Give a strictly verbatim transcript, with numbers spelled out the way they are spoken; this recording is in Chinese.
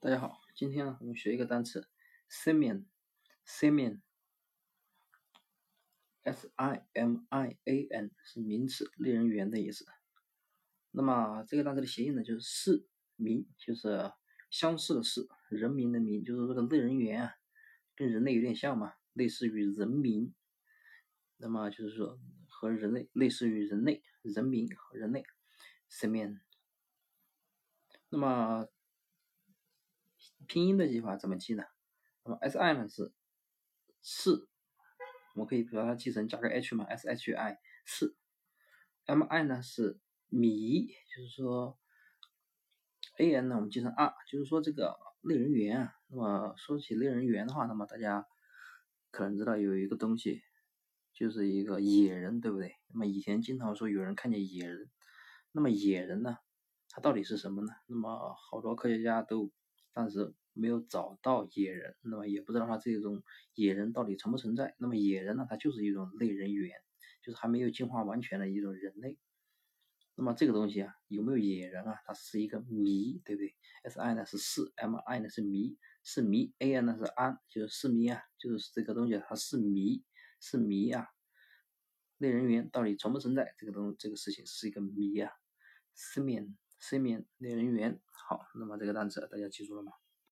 大家好，今天呢我们学一个单词 simian，simian，s i m i a n 是名词，类人猿的意思。那么这个单词的谐音呢就是似名，就是相似的似，人民的民，就是这个类人猿啊，跟人类有点像嘛，类似于人民。那么就是说和人类类似于人类，人民和人类 simian。那么拼音的记法怎么记呢？那么 si 呢是是，我们可以把它记成加个 h 嘛 ，s h i 是。mi 呢是米，就是说 an 呢我们记成 r， 就是说这个类人猿啊。那么说起类人猿的话，那么大家可能知道有一个东西，就是一个野人，对不对？那么以前经常说有人看见野人，那么野人呢，它到底是什么呢？那么好多科学家都暂时没有找到野人，那么也不知道它这种野人到底存不存在。那么野人呢，它就是一种类人猿，就是还没有进化完全的一种人类。那么这个东西啊，有没有野人啊？它是一个谜，对不对 ？si 呢是是 ，mi 呢是谜，是谜 ，an 呢是安，就是是谜啊，就是这个东西它是谜，是谜啊。类人猿到底存不存在？这个东这个事情是一个谜啊。simian，simian 类人猿。好，那么这个单词大家记住了吗？